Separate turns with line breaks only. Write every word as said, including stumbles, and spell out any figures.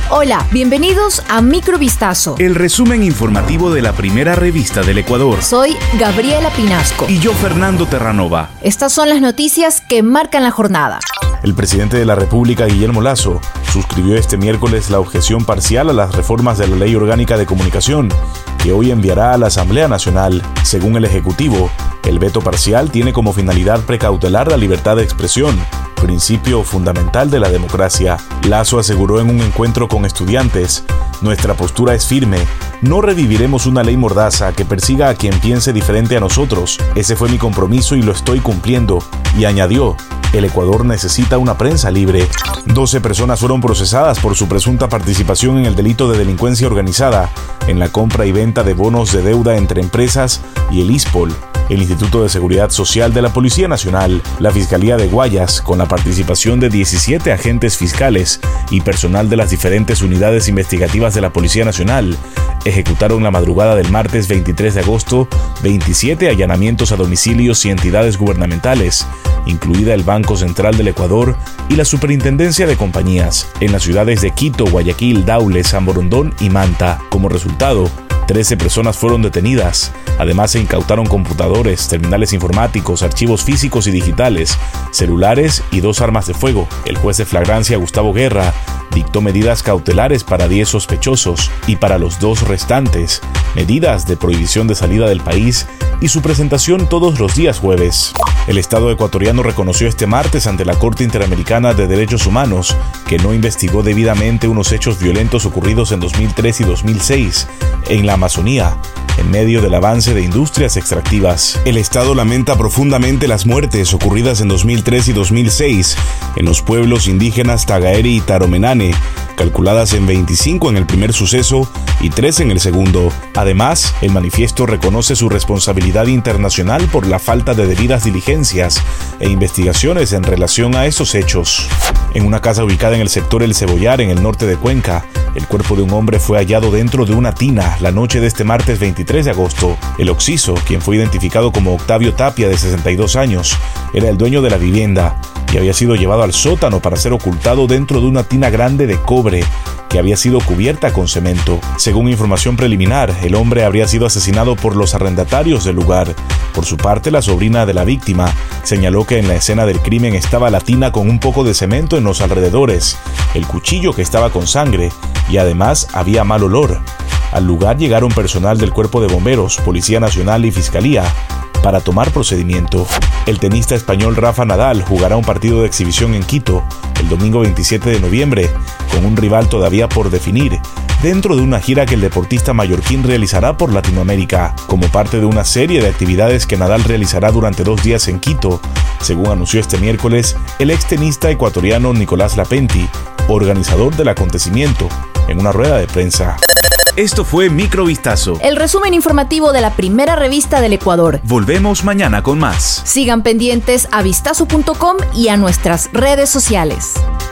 Hola, bienvenidos a Microvistazo,
el resumen informativo de la primera revista del Ecuador.
Soy Gabriela Pinasco.
Y yo, Fernando Terranova.
Estas son las noticias que marcan la jornada.
El presidente de la República, Guillermo Lasso, suscribió este miércoles la objeción parcial a las reformas de la Ley Orgánica de Comunicación, que hoy enviará a la Asamblea Nacional. Según el Ejecutivo, el veto parcial tiene como finalidad precautelar la libertad de expresión, principio fundamental de la democracia. Lasso aseguró en un encuentro con estudiantes: nuestra postura es firme, no reviviremos una ley mordaza que persiga a quien piense diferente a nosotros. Ese fue mi compromiso y lo estoy cumpliendo. Y añadió: el Ecuador necesita una prensa libre. doce personas fueron procesadas por su presunta participación en el delito de delincuencia organizada, en la compra y venta de bonos de deuda entre empresas y el ISPOL, el Instituto de Seguridad Social de la Policía Nacional. La Fiscalía de Guayas, con la participación de diecisiete agentes fiscales y personal de las diferentes unidades investigativas de la Policía Nacional, ejecutaron la madrugada del martes veintitrés de agosto veintisiete allanamientos a domicilios y entidades gubernamentales, incluida el Banco Central del Ecuador y la Superintendencia de Compañías, en las ciudades de Quito, Guayaquil, Daule, San Borondón y Manta. Como resultado, trece personas fueron detenidas. Además, se incautaron computadores, terminales informáticos, archivos físicos y digitales, celulares y dos armas de fuego. El juez de flagrancia, Gustavo Guerra, dictó medidas cautelares para diez sospechosos y para los dos restantes, medidas de prohibición de salida del país y su presentación todos los días jueves. El Estado ecuatoriano reconoció este martes ante la Corte Interamericana de Derechos Humanos que no investigó debidamente unos hechos violentos ocurridos en dos mil tres y dos mil seis en la Amazonía, en medio del avance de industrias extractivas. El Estado lamenta profundamente las muertes ocurridas en dos mil tres y dos mil seis en los pueblos indígenas Tagaeri y Taromenane, calculadas en veinticinco en el primer suceso y tres en el segundo. Además, el manifiesto reconoce su responsabilidad internacional por la falta de debidas diligencias e investigaciones en relación a esos hechos. En una casa ubicada en el sector El Cebollar, en el norte de Cuenca, el cuerpo de un hombre fue hallado dentro de una tina la noche de este martes veintitrés de agosto. El occiso, quien fue identificado como Octavio Tapia, de sesenta y dos años, era el dueño de la vivienda y había sido llevado al sótano para ser ocultado dentro de una tina grande de cobre que había sido cubierta con cemento. Según información preliminar, el hombre habría sido asesinado por los arrendatarios del lugar. Por su parte, la sobrina de la víctima señaló que en la escena del crimen estaba la tina con un poco de cemento en los alrededores, el cuchillo que estaba con sangre y además había mal olor. Al lugar llegaron personal del Cuerpo de Bomberos, Policía Nacional y Fiscalía para tomar procedimiento. El tenista español Rafa Nadal jugará un partido de exhibición en Quito el domingo veintisiete de noviembre con un rival todavía por definir, dentro de una gira que el deportista mallorquín realizará por Latinoamérica, como parte de una serie de actividades que Nadal realizará durante dos días en Quito, según anunció este miércoles el extenista ecuatoriano Nicolás Lapenti, organizador del acontecimiento, en una rueda de prensa.
Esto fue Microvistazo,
el resumen informativo de la primera revista del Ecuador.
Volvemos mañana con más.
Sigan pendientes a vistazo punto com y a nuestras redes sociales.